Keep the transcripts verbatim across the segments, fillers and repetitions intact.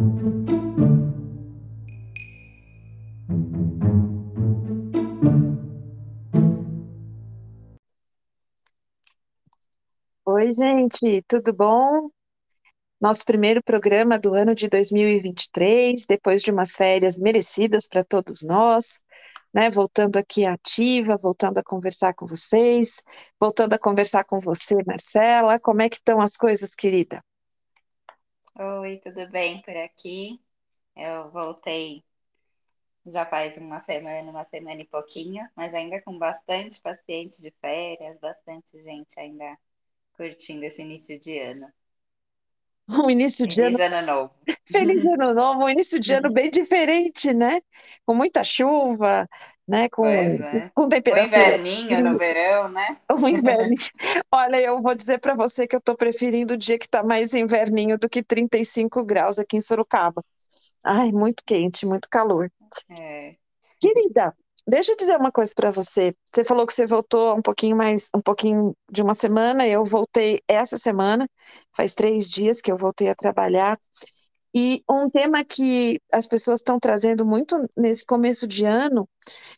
Oi, gente, tudo bom? Nosso primeiro programa do ano de dois mil e vinte e três, depois de umas férias merecidas para todos nós, né? Voltando aqui ativa, voltando a conversar com vocês, voltando a conversar com você, Marcela. Como é que estão as coisas, querida? Oi, tudo bem por aqui? Eu voltei já faz uma semana, uma semana e pouquinho, mas ainda com bastante paciente de férias, bastante gente ainda curtindo esse início de ano. Um início de ano, Feliz ano novo. feliz ano novo, um início de ano bem diferente, né? Com muita chuva, né? Pois Com, é. com O temperaturas inverninho no frias. verão, né? O inverno. Olha, eu vou dizer para você que eu estou preferindo o dia que está mais inverninho do que trinta e cinco graus aqui em Sorocaba. Ai, muito quente, muito calor. É. Querida, deixa eu dizer uma coisa para você. Você falou que você voltou um pouquinho mais, um pouquinho de uma semana. Eu voltei essa semana, faz três dias que eu voltei a trabalhar. E um tema que as pessoas estão trazendo muito nesse começo de ano,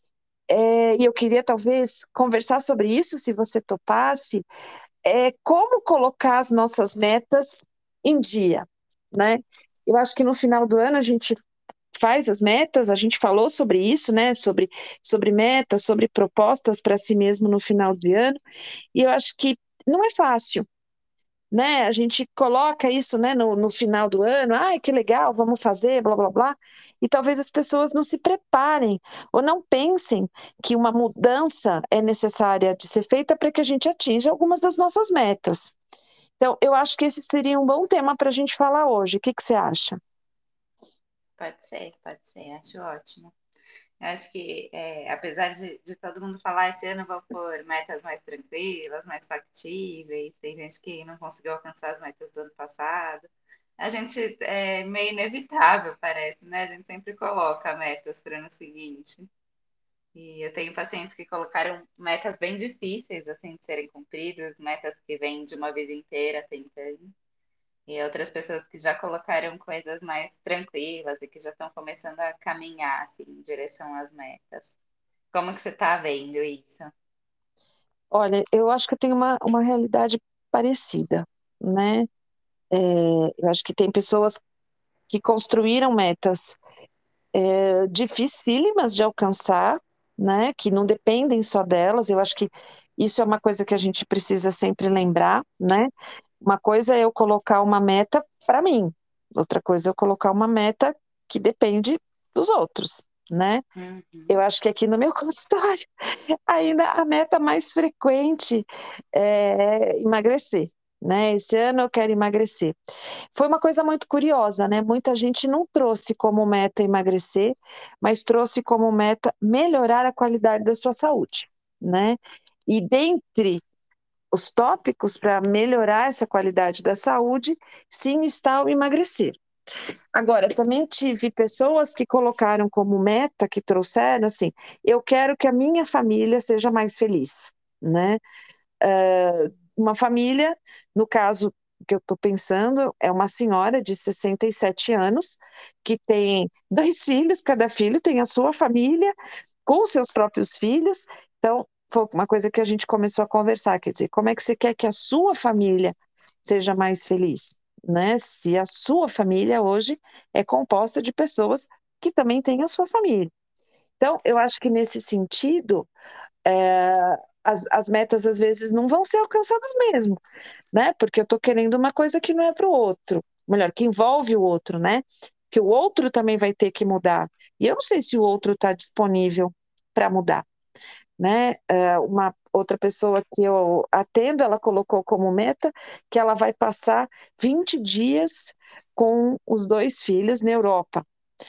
é, e eu queria talvez conversar sobre isso, se você topasse, é como colocar as nossas metas em dia, né? Eu acho que no final do ano a gente faz as metas, a gente falou sobre isso, né? Sobre, sobre metas, sobre propostas para si mesmo no final de ano, e eu acho que não é fácil, né? A gente coloca isso, né, no, no final do ano, ai, que legal, vamos fazer, blá, blá, blá, e talvez as pessoas não se preparem ou não pensem que uma mudança é necessária de ser feita para que a gente atinja algumas das nossas metas. Então, eu acho que esse seria um bom tema para a gente falar hoje. O que que você acha? Pode ser, pode ser, acho ótimo. Eu acho que, é, apesar de, de todo mundo falar esse ano, eu vou por metas mais tranquilas, mais factíveis. Tem gente que não conseguiu alcançar as metas do ano passado. A gente é meio inevitável, parece, né? A gente sempre coloca metas para o ano seguinte. E eu tenho pacientes que colocaram metas bem difíceis, assim, de serem cumpridas, metas que vêm de uma vida inteira tentando. E outras pessoas que já colocaram coisas mais tranquilas e que já estão começando a caminhar, assim, em direção às metas. Como que você tá vendo isso? Olha, eu acho que eu tenho uma, uma realidade parecida, né? É, eu acho que tem pessoas que construíram metas é, dificílimas de alcançar, né? Que não dependem só delas. Eu acho que isso é uma coisa que a gente precisa sempre lembrar, né? Uma coisa é eu colocar uma meta para mim, outra coisa é eu colocar uma meta que depende dos outros, né? Eu Uhum. acho que aqui no meu consultório ainda a meta mais frequente é emagrecer, né? Esse ano eu quero emagrecer. Foi uma coisa muito curiosa, né? Muita gente não trouxe como meta emagrecer, mas trouxe como meta melhorar a qualidade da sua saúde, né? E dentre os tópicos para melhorar essa qualidade da saúde, sim, está o emagrecer. Agora, também tive pessoas que colocaram como meta, que trouxeram assim, eu quero que a minha família seja mais feliz, né? Uh, uma família, no caso que eu estou pensando, é uma senhora de sessenta e sete anos, que tem dois filhos, cada filho tem a sua família, com os seus próprios filhos. Então, foi uma coisa que a gente começou a conversar, quer dizer, como é que você quer que a sua família seja mais feliz, né? Se a sua família hoje é composta de pessoas que também têm a sua família. Então, eu acho que nesse sentido, é, as, as metas às vezes não vão ser alcançadas mesmo, né? Porque eu estou querendo uma coisa que não é para o outro, melhor, que envolve o outro, né? Que o outro também vai ter que mudar. E eu não sei se o outro está disponível para mudar, né? É, uma outra pessoa que eu atendo, ela colocou como meta que ela vai passar vinte dias com os dois filhos na Europa.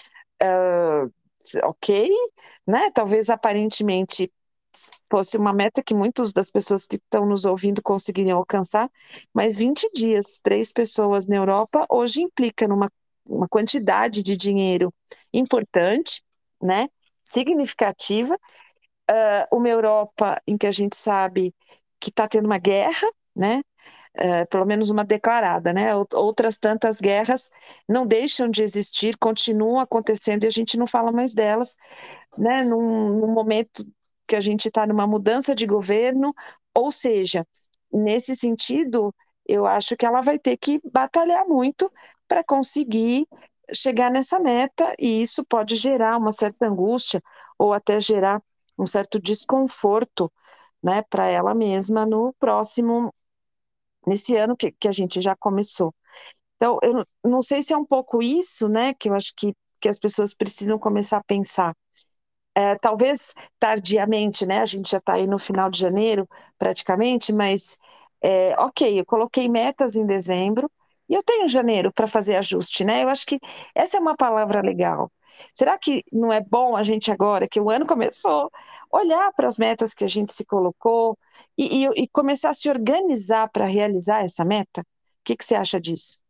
Uh, ok, né? Talvez aparentemente fosse uma meta que muitas das pessoas que estão nos ouvindo conseguiriam alcançar, mas vinte dias, três pessoas na Europa, hoje implica numa uma quantidade de dinheiro importante, né? Significativa. Uh, uma Europa em que a gente sabe que está tendo uma guerra, né? é, pelo menos uma declarada, né? Outras tantas guerras não deixam de existir, continuam acontecendo e a gente não fala mais delas, né? Num, num momento que a gente está numa mudança de governo, ou seja, nesse sentido, eu acho que ela vai ter que batalhar muito para conseguir chegar nessa meta, e isso pode gerar uma certa angústia ou até gerar um certo desconforto, né, para ela mesma no próximo, nesse ano que, que a gente já começou. Então, eu não não sei se é um pouco isso, né, que eu acho que, que as pessoas precisam começar a pensar. É, talvez tardiamente, né? A gente já está aí no final de janeiro, praticamente, mas é, ok, eu coloquei metas em dezembro e eu tenho janeiro para fazer ajuste, né? Eu acho que essa é uma palavra legal. Será que não é bom a gente agora, que o ano começou, olhar para as metas que a gente se colocou e, e- e começar a se organizar para realizar essa meta? O que que você acha disso?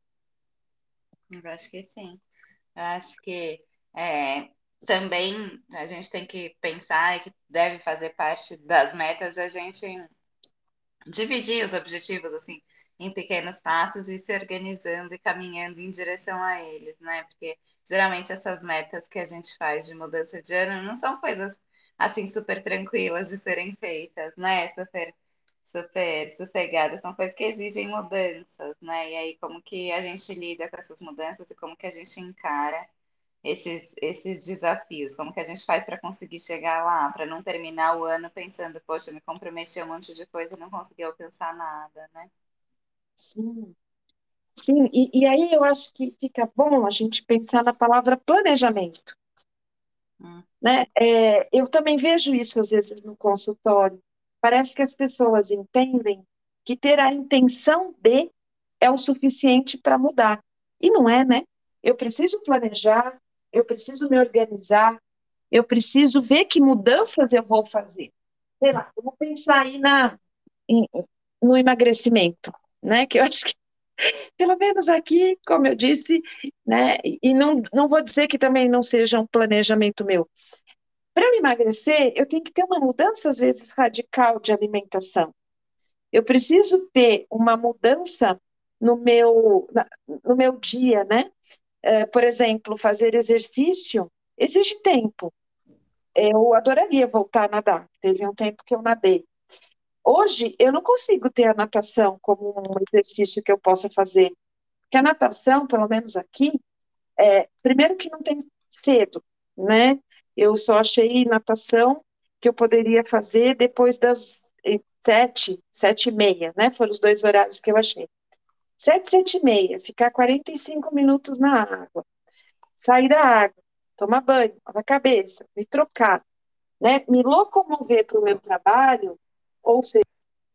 Eu acho que sim. Eu acho que é, também a gente tem que pensar e que deve fazer parte das metas a gente dividir os objetivos assim em pequenos passos e se organizando e caminhando em direção a eles, né? Porque geralmente essas metas que a gente faz de mudança de ano não são coisas assim super tranquilas de serem feitas, né? Super super sossegadas, são coisas que exigem mudanças, né? E aí como que a gente lida com essas mudanças e como que a gente encara esses, esses desafios? Como que a gente faz para conseguir chegar lá, para não terminar o ano pensando, poxa, eu me comprometi a um monte de coisa e não consegui alcançar nada, né? Sim, sim, e, e aí eu acho que fica bom a gente pensar na palavra planejamento. Hum, Né? É, eu também vejo isso às vezes no consultório. Parece que as pessoas entendem que ter a intenção de é o suficiente para mudar. E não é, né? Eu preciso planejar, eu preciso me organizar, eu preciso ver que mudanças eu vou fazer. Sei lá, vamos pensar aí na, em- no emagrecimento, né? Que eu acho que, pelo menos aqui, como eu disse, né? E não, não vou dizer que também não seja um planejamento meu. Para eu emagrecer, eu tenho que ter uma mudança, às vezes, radical de alimentação. Eu preciso ter uma mudança no meu, na- no meu dia, né? Eh, por exemplo, fazer exercício exige tempo. Eu adoraria voltar a nadar. Teve um tempo que eu nadei. Hoje, eu não consigo ter a natação como um exercício que eu possa fazer. Porque a natação, pelo menos aqui, é, primeiro que não tem cedo, né? Eu só achei natação que eu poderia fazer depois das eh, sete, sete e meia, né? Foram os dois horários que eu achei. Sete, sete e meia, ficar quarenta e cinco minutos na água, sair da água, tomar banho, lavar a cabeça, me trocar, né? Me locomover para o meu trabalho, ou seja,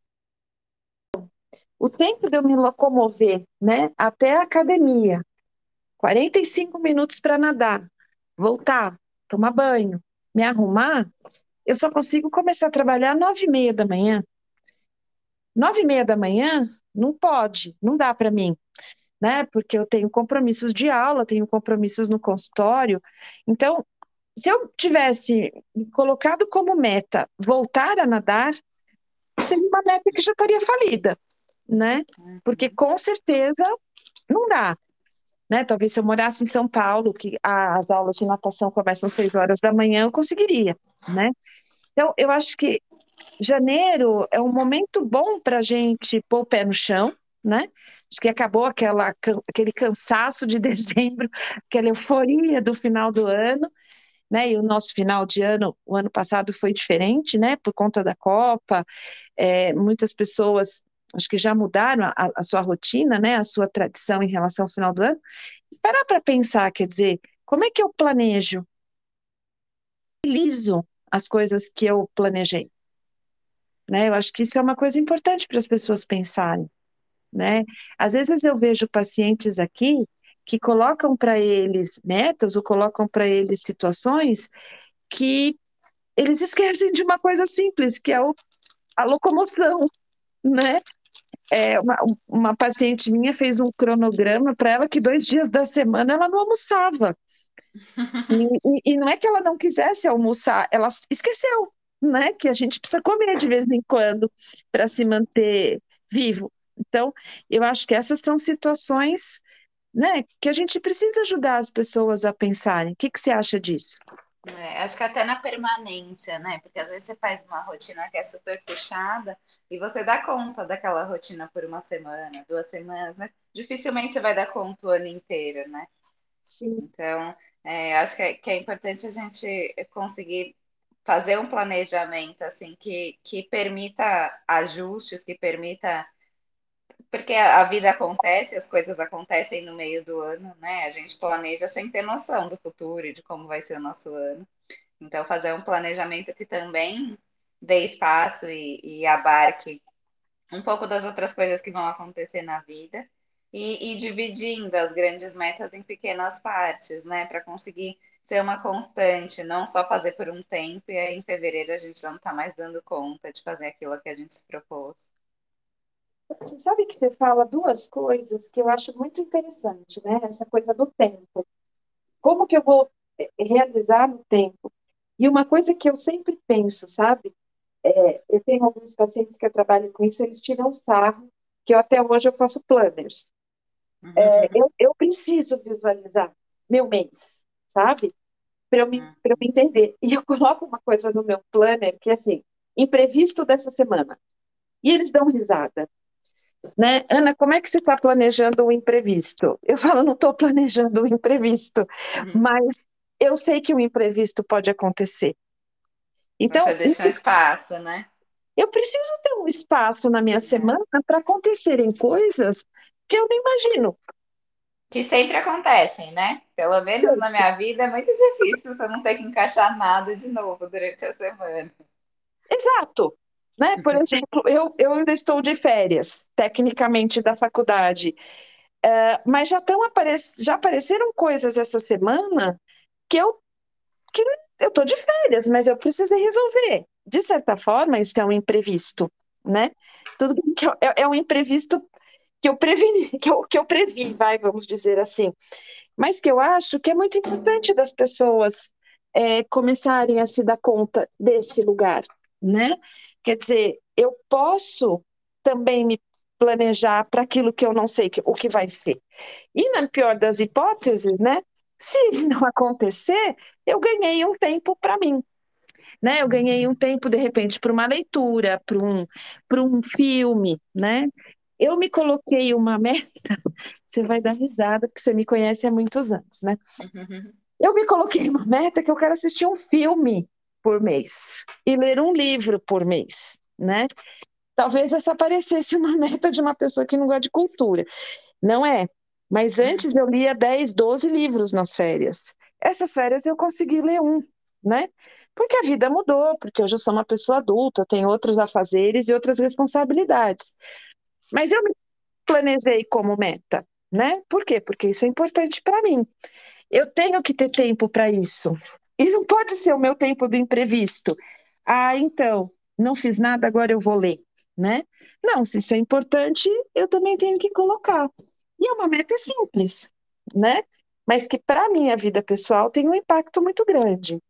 o tempo de eu me locomover, né, até a academia, quarenta e cinco minutos para nadar, voltar, tomar banho, me arrumar, eu só consigo começar a trabalhar às nove e meia da manhã. Nove e meia da manhã? Não pode, não dá para mim, né? Porque eu tenho compromissos de aula, tenho compromissos no consultório. Então, se eu tivesse colocado como meta voltar a nadar, seria uma meta que já estaria falida, né? Porque uhum. com certeza não dá. Né? Talvez se eu morasse em São Paulo, que a- as aulas de natação começam às seis horas da manhã, eu conseguiria, né? Então, eu acho que janeiro é um momento bom para a gente pôr o pé no chão, né? Acho que acabou aquela, can- aquele cansaço de dezembro, aquela euforia do final do ano, né? E o nosso final de ano, o ano passado foi diferente, né? Por conta da Copa, é, muitas pessoas acho que já mudaram a, a sua rotina, né? A sua tradição em relação ao final do ano. Parar para pensar, quer dizer, como é que eu planejo, realizo as coisas que eu planejei, né? Eu acho que isso é uma coisa importante para as pessoas pensarem, né? Às vezes eu vejo pacientes aqui que colocam para eles metas ou colocam para eles situações que eles esquecem de uma coisa simples, que é o- a locomoção, né? É, uma, uma paciente minha fez um cronograma para ela que dois dias da semana ela não almoçava. E, e- e não é que ela não quisesse almoçar, ela esqueceu, né? Que a gente precisa comer de vez em quando para se manter vivo, Então, eu acho que essas são situações, né, que a gente precisa ajudar as pessoas a pensarem. O que que você acha disso? É, acho que até na permanência, né? Porque às vezes você faz uma rotina que é super puxada e você dá conta daquela rotina por uma semana, duas semanas, né? Dificilmente você vai dar conta o ano inteiro, né? Sim. Então, é, acho que é, que é importante a gente conseguir fazer um planejamento assim que, que permita ajustes, que permita. Porque a, a vida acontece, as coisas acontecem no meio do ano, né? A gente planeja sem ter noção do futuro e de como vai ser o nosso ano. Então, fazer um planejamento que também dê espaço e, e abarque um pouco das outras coisas que vão acontecer na vida e, e dividindo as grandes metas em pequenas partes, né, para conseguir ser uma constante, não só fazer por um tempo e aí em fevereiro a gente já não está mais dando conta de fazer aquilo que a gente se propôs. Você sabe que você fala duas coisas que eu acho muito interessante, né? Essa coisa do tempo. Como que eu vou eh, realizar no tempo? E uma coisa que eu sempre penso, sabe? É, eu tenho alguns pacientes que eu trabalho com isso, eles tiram sarro, que eu até hoje eu faço planners. É, eu, eu preciso visualizar meu mês, sabe? Para eu me, para eu me entender. E eu coloco uma coisa no meu planner que é assim, imprevisto dessa semana. E eles dão risada, né? Ana, como é que você está planejando o imprevisto? Eu falo, não estou planejando o imprevisto, mas eu sei que o imprevisto pode acontecer. Você Então, deixa um espaço, né? eu preciso ter um espaço na minha É. semana para acontecerem coisas que eu não imagino. Que sempre acontecem, né? Pelo menos na minha vida é muito difícil você não ter que encaixar nada de novo durante a semana. Exato. Né? Por exemplo, eu, eu ainda estou de férias, tecnicamente, da faculdade, eh, mas já, estão apare... já apareceram coisas essa semana que eu que eu estou de férias, mas eu precisei resolver. De certa forma, isso é um imprevisto, né? Tudo bem que é, é um imprevisto que eu preveni, que eu, que eu previ, vai, vamos dizer assim. Mas que eu acho que é muito importante das pessoas é, começarem a se dar conta desse lugar, né? Quer dizer, eu posso também me planejar para aquilo que eu não sei que, o que vai ser. E na pior das hipóteses, né? Se não acontecer, eu ganhei um tempo para mim, né? Eu ganhei um tempo, de repente, para uma leitura, para um, para um filme, né? Eu me coloquei uma meta, você vai dar risada, porque você me conhece há muitos anos, né? Eu me coloquei uma meta que eu quero assistir um filme por mês e ler um livro por mês, né? Talvez essa parecesse uma meta de uma pessoa que não gosta de cultura. Não é. Mas antes eu lia dez, doze livros nas férias. Essas férias eu consegui ler um, né? Porque a vida mudou, porque hoje eu sou uma pessoa adulta, eu tenho outros afazeres e outras responsabilidades. Mas eu me planejei como meta, né? Por quê? Porque isso é importante para mim. Eu tenho que ter tempo para isso. E não pode ser o meu tempo do imprevisto. Ah, então, não fiz nada, agora eu vou ler, né? Não, se isso é importante, eu também tenho que colocar. E é uma meta simples, né? Mas que para a minha vida pessoal tem um impacto muito grande.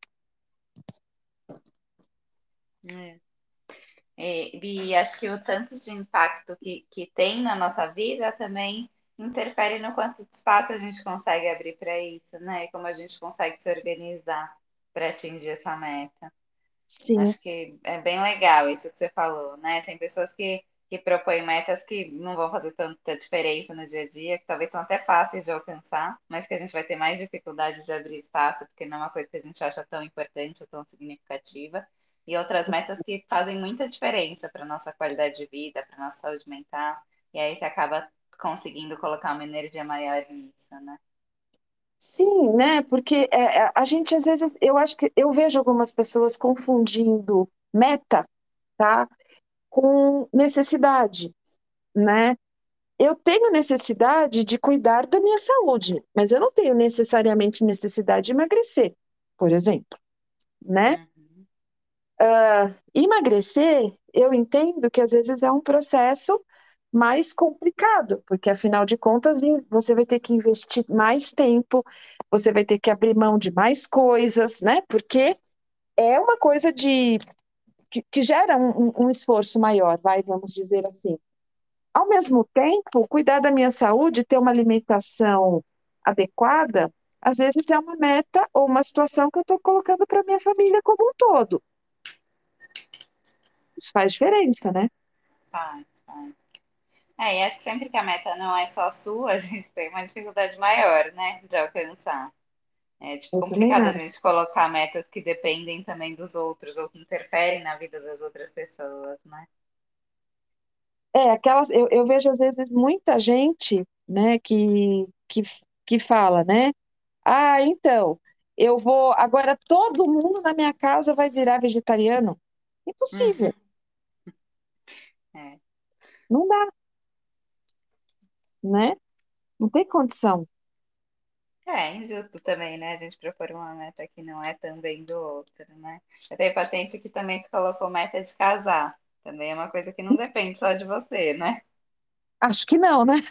É. E, e acho que o tanto de impacto que, que tem na nossa vida também interfere no quanto de espaço a gente consegue abrir para isso, né? E como a gente consegue se organizar para atingir essa meta. Sim, Acho que é bem legal isso que você falou, né? Tem pessoas que, que propõem metas que não vão fazer tanta diferença no dia a dia, que talvez são até fáceis de alcançar, mas que a gente vai ter mais dificuldade de abrir espaço, porque não é uma coisa que a gente acha tão importante ou tão significativa. E outras metas que fazem muita diferença para nossa qualidade de vida, para nossa saúde mental. E aí você acaba conseguindo colocar uma energia maior nisso, né? sim, né? Porque é, é, a gente às vezes, eu acho que eu vejo algumas pessoas confundindo meta, tá? Com necessidade, né? Eu tenho necessidade de cuidar da minha saúde, mas eu não tenho necessariamente necessidade de emagrecer, por exemplo, né? Uhum. Emagrecer, eu entendo que às vezes é um processo mais complicado, porque afinal de contas você vai ter que investir mais tempo, você vai ter que abrir mão de mais coisas, né? Porque é uma coisa de que, que gera um, um um esforço maior, vai, vamos dizer assim. Ao mesmo tempo, cuidar da minha saúde, ter uma alimentação adequada, às vezes é uma meta ou uma situação que eu estou colocando para minha família como um todo. Isso faz diferença, né? Faz, faz. É, e acho que sempre que a meta não é só sua, a gente tem uma dificuldade maior, né, de alcançar. É, tipo, Eu também complicado a acho. gente colocar metas que dependem também dos outros ou que interferem na vida das outras pessoas, né? É, aquelas, eu, eu vejo às vezes muita gente, né, que, que, que fala, né? Ah, então, eu vou. Agora todo mundo na minha casa vai virar vegetariano. Impossível, Uhum. É. não dá, né? Não tem condição. É injusto também, né? A gente propor uma meta que não é também do outro, né? Eu tenho paciente que também se colocou meta de casar. Também é uma coisa que não depende só de você, né? Acho que não, né?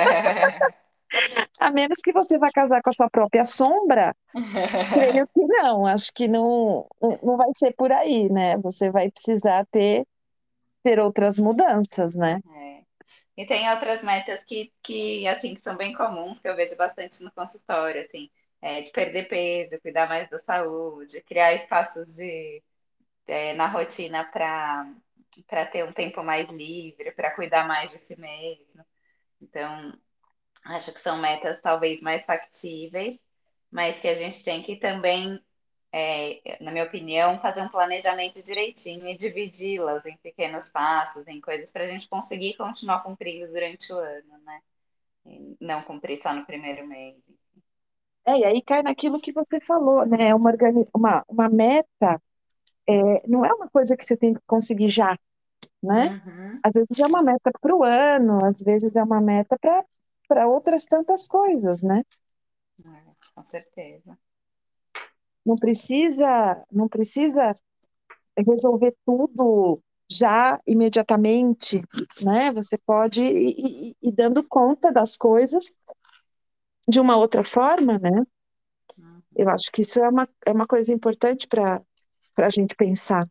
A menos que você vá casar com a sua própria sombra, creio que não. Acho que não, não não vai ser por aí, né? Você vai precisar ter, ter outras mudanças, né? É. E tem outras metas que, que, assim, que são bem comuns, que eu vejo bastante no consultório, assim, é, de perder peso, cuidar mais da saúde, criar espaços de, é, na rotina para para ter um tempo mais livre, para cuidar mais de si mesmo. Então, acho que são metas talvez mais factíveis, mas que a gente tem que também, é, na minha opinião, fazer um planejamento direitinho e dividi-las em pequenos passos, em coisas para a gente conseguir continuar cumprindo durante o ano, né? E não cumprir só no primeiro mês. É, e aí cai naquilo que você falou, né? É uma, organi- uma, uma meta, é, não é uma coisa que você tem que conseguir já, né? Uhum, Às vezes é uma meta para o ano, às vezes é uma meta para para outras tantas coisas, né? é, com certeza. Não precisa, não precisa resolver tudo já imediatamente, né? Você pode ir, ir- ir dando conta das coisas de uma outra forma, né? Eu Uhum, acho que isso é uma, é uma coisa importante para para a gente pensar.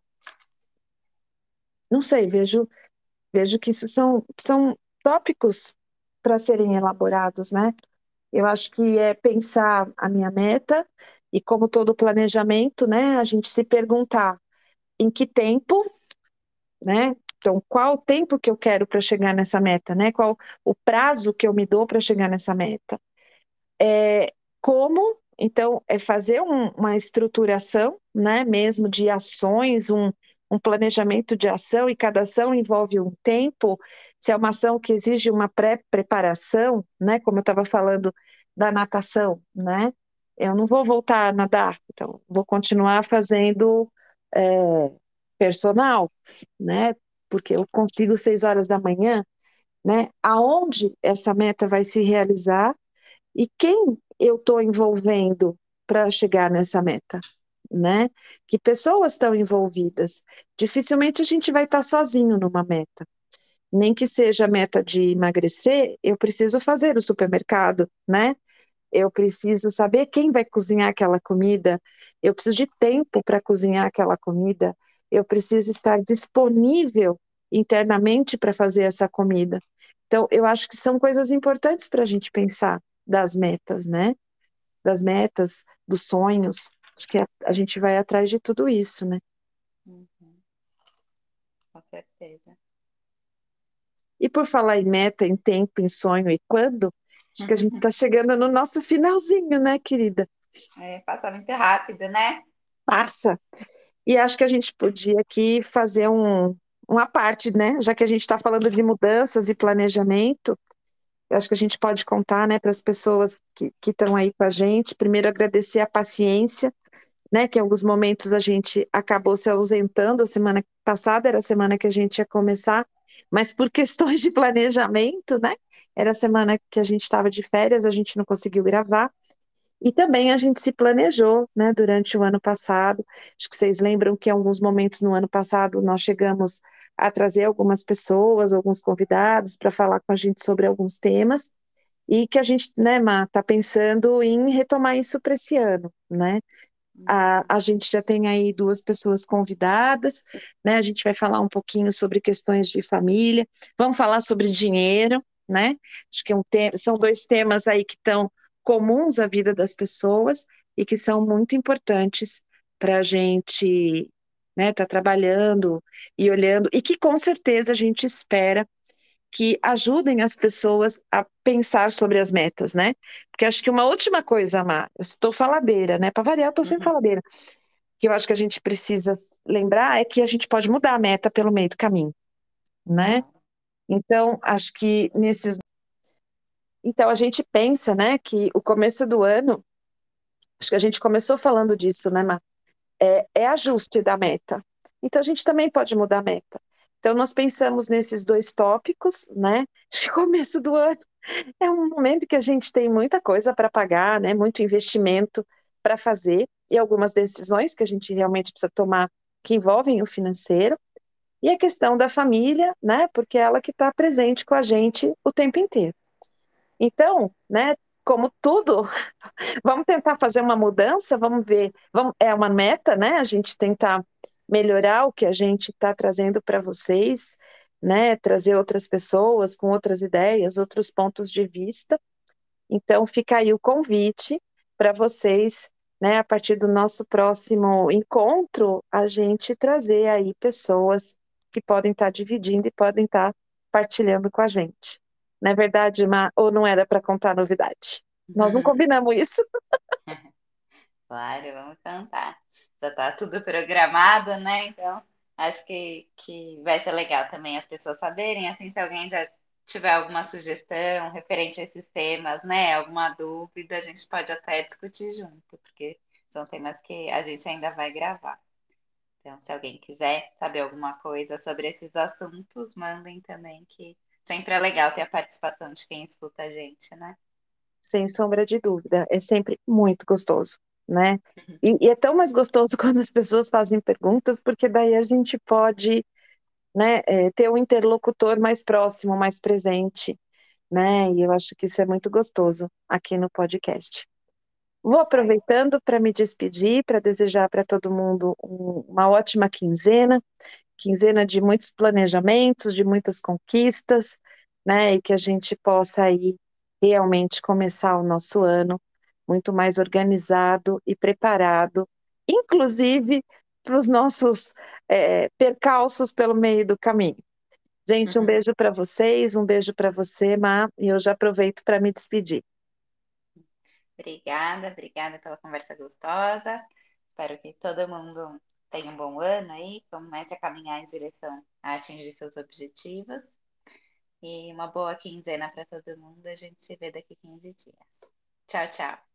Não sei, vejo, vejo que isso são, são tópicos para serem elaborados, né? Eu acho que é pensar a minha meta e, como todo planejamento, né, a gente se perguntar em que tempo, né? Então, qual o tempo que eu quero para chegar nessa meta, né? Qual o prazo que eu me dou para chegar nessa meta? É, como, então, é fazer um- uma estruturação, né, mesmo de ações, um, um planejamento de ação, e cada ação envolve um tempo. Se é uma ação que exige uma pré-preparação, né, como eu estava falando da natação, né, eu não vou voltar a nadar, então vou continuar fazendo é, personal, né, porque eu consigo seis horas da manhã, né, aonde essa meta vai se realizar e quem eu estou envolvendo para chegar nessa meta, né? Que pessoas estão envolvidas. Dificilmente a gente vai estar sozinho numa meta. Nem que seja a meta de emagrecer, eu preciso fazer o supermercado, né? Eu preciso saber quem vai cozinhar aquela comida, eu preciso de tempo para cozinhar aquela comida, eu preciso estar disponível internamente para fazer essa comida. Então, eu acho que são coisas importantes para a gente pensar das metas, né? Das metas, dos sonhos. Acho que a, a gente vai atrás de tudo isso, né? uhum, com certeza. E por falar em meta, em tempo, em sonho e quando, acho que a gente está chegando no nosso finalzinho, né, querida? É, passa muito rápido, né? Passa. E acho que a gente podia aqui fazer um, uma parte, né? Já que a gente está falando de mudanças e planejamento, eu acho que a gente pode contar, né, para as pessoas que que estão aí com a gente. Primeiro, agradecer a paciência, né? Que em alguns momentos a gente acabou se ausentando. A semana passada era a semana que a gente ia começar, mas por questões de planejamento, né? Era a semana que a gente estava de férias, a gente não conseguiu gravar. E também a gente se planejou, né, durante o ano passado. Acho que vocês lembram que em alguns momentos no ano passado nós chegamos a trazer algumas pessoas, alguns convidados para falar com a gente sobre alguns temas e que a gente, né, Má, está pensando em retomar isso para esse ano, né? A, a gente já tem aí duas pessoas convidadas, né? A gente vai falar um pouquinho sobre questões de família, vamos falar sobre dinheiro, né? Acho que é um te- são dois temas aí que estão comuns à vida das pessoas e que são muito importantes para a gente, né, tá trabalhando e olhando, e que com certeza a gente espera que ajudem as pessoas a pensar sobre as metas, né? Porque acho que uma última coisa, Má, eu estou faladeira, né? Para variar, eu estou sempre Uhum. faladeira. Que eu acho que a gente precisa lembrar é que a gente pode mudar a meta pelo meio do caminho, né? Claro. Então, acho que nesses. Então, a gente pensa, né, que o começo do ano, acho que a gente começou falando disso, né, Má? É, é ajuste da meta. Então, a gente também pode mudar a meta. Então, nós pensamos nesses dois tópicos, né? Acho que começo do ano é um momento que a gente tem muita coisa para pagar, né? Muito investimento para fazer e algumas decisões que a gente realmente precisa tomar que envolvem o financeiro e a questão da família, né? Porque é ela que está presente com a gente o tempo inteiro. Então, né? Como tudo, vamos tentar fazer uma mudança, vamos ver, vamos, é uma meta, né? A gente tentar melhorar o que a gente está trazendo para vocês, né? Trazer outras pessoas com outras ideias, outros pontos de vista. Então, fica aí o convite para vocês, né, a partir do nosso próximo encontro, a gente trazer aí pessoas que podem estar dividindo e podem estar partilhando com a gente. Não é verdade, Ma? Ou não era para contar novidade? Nós não combinamos isso. Claro, vamos cantar. Já tá tudo programado, né? Então, acho que, que vai ser legal também as pessoas saberem, assim, se alguém já tiver alguma sugestão referente a esses temas, né? Alguma dúvida, a gente pode até discutir junto, porque são temas que a gente ainda vai gravar. Então, se alguém quiser saber alguma coisa sobre esses assuntos, mandem também, que sempre é legal ter a participação de quem escuta a gente, né? Sem sombra de dúvida, é sempre muito gostoso, né? E, e é tão mais gostoso quando as pessoas fazem perguntas, porque daí a gente pode, né, é, ter um interlocutor mais próximo, mais presente, né? E eu acho que isso é muito gostoso aqui no podcast. Vou Isso aí. aproveitando para me despedir, para desejar para todo mundo um- uma ótima quinzena, quinzena de muitos planejamentos, de muitas conquistas, né? E que a gente possa aí realmente começar o nosso ano muito mais organizado e preparado, inclusive para os nossos é, percalços pelo meio do caminho. Gente, um beijo para vocês, um beijo para você, Má, e eu já aproveito para me despedir. Obrigada, obrigada pela conversa gostosa. Espero que todo mundo tenha um bom ano aí, comece a caminhar em direção a atingir seus objetivos. E uma boa quinzena para todo mundo. A gente se vê daqui quinze dias. Tchau, tchau.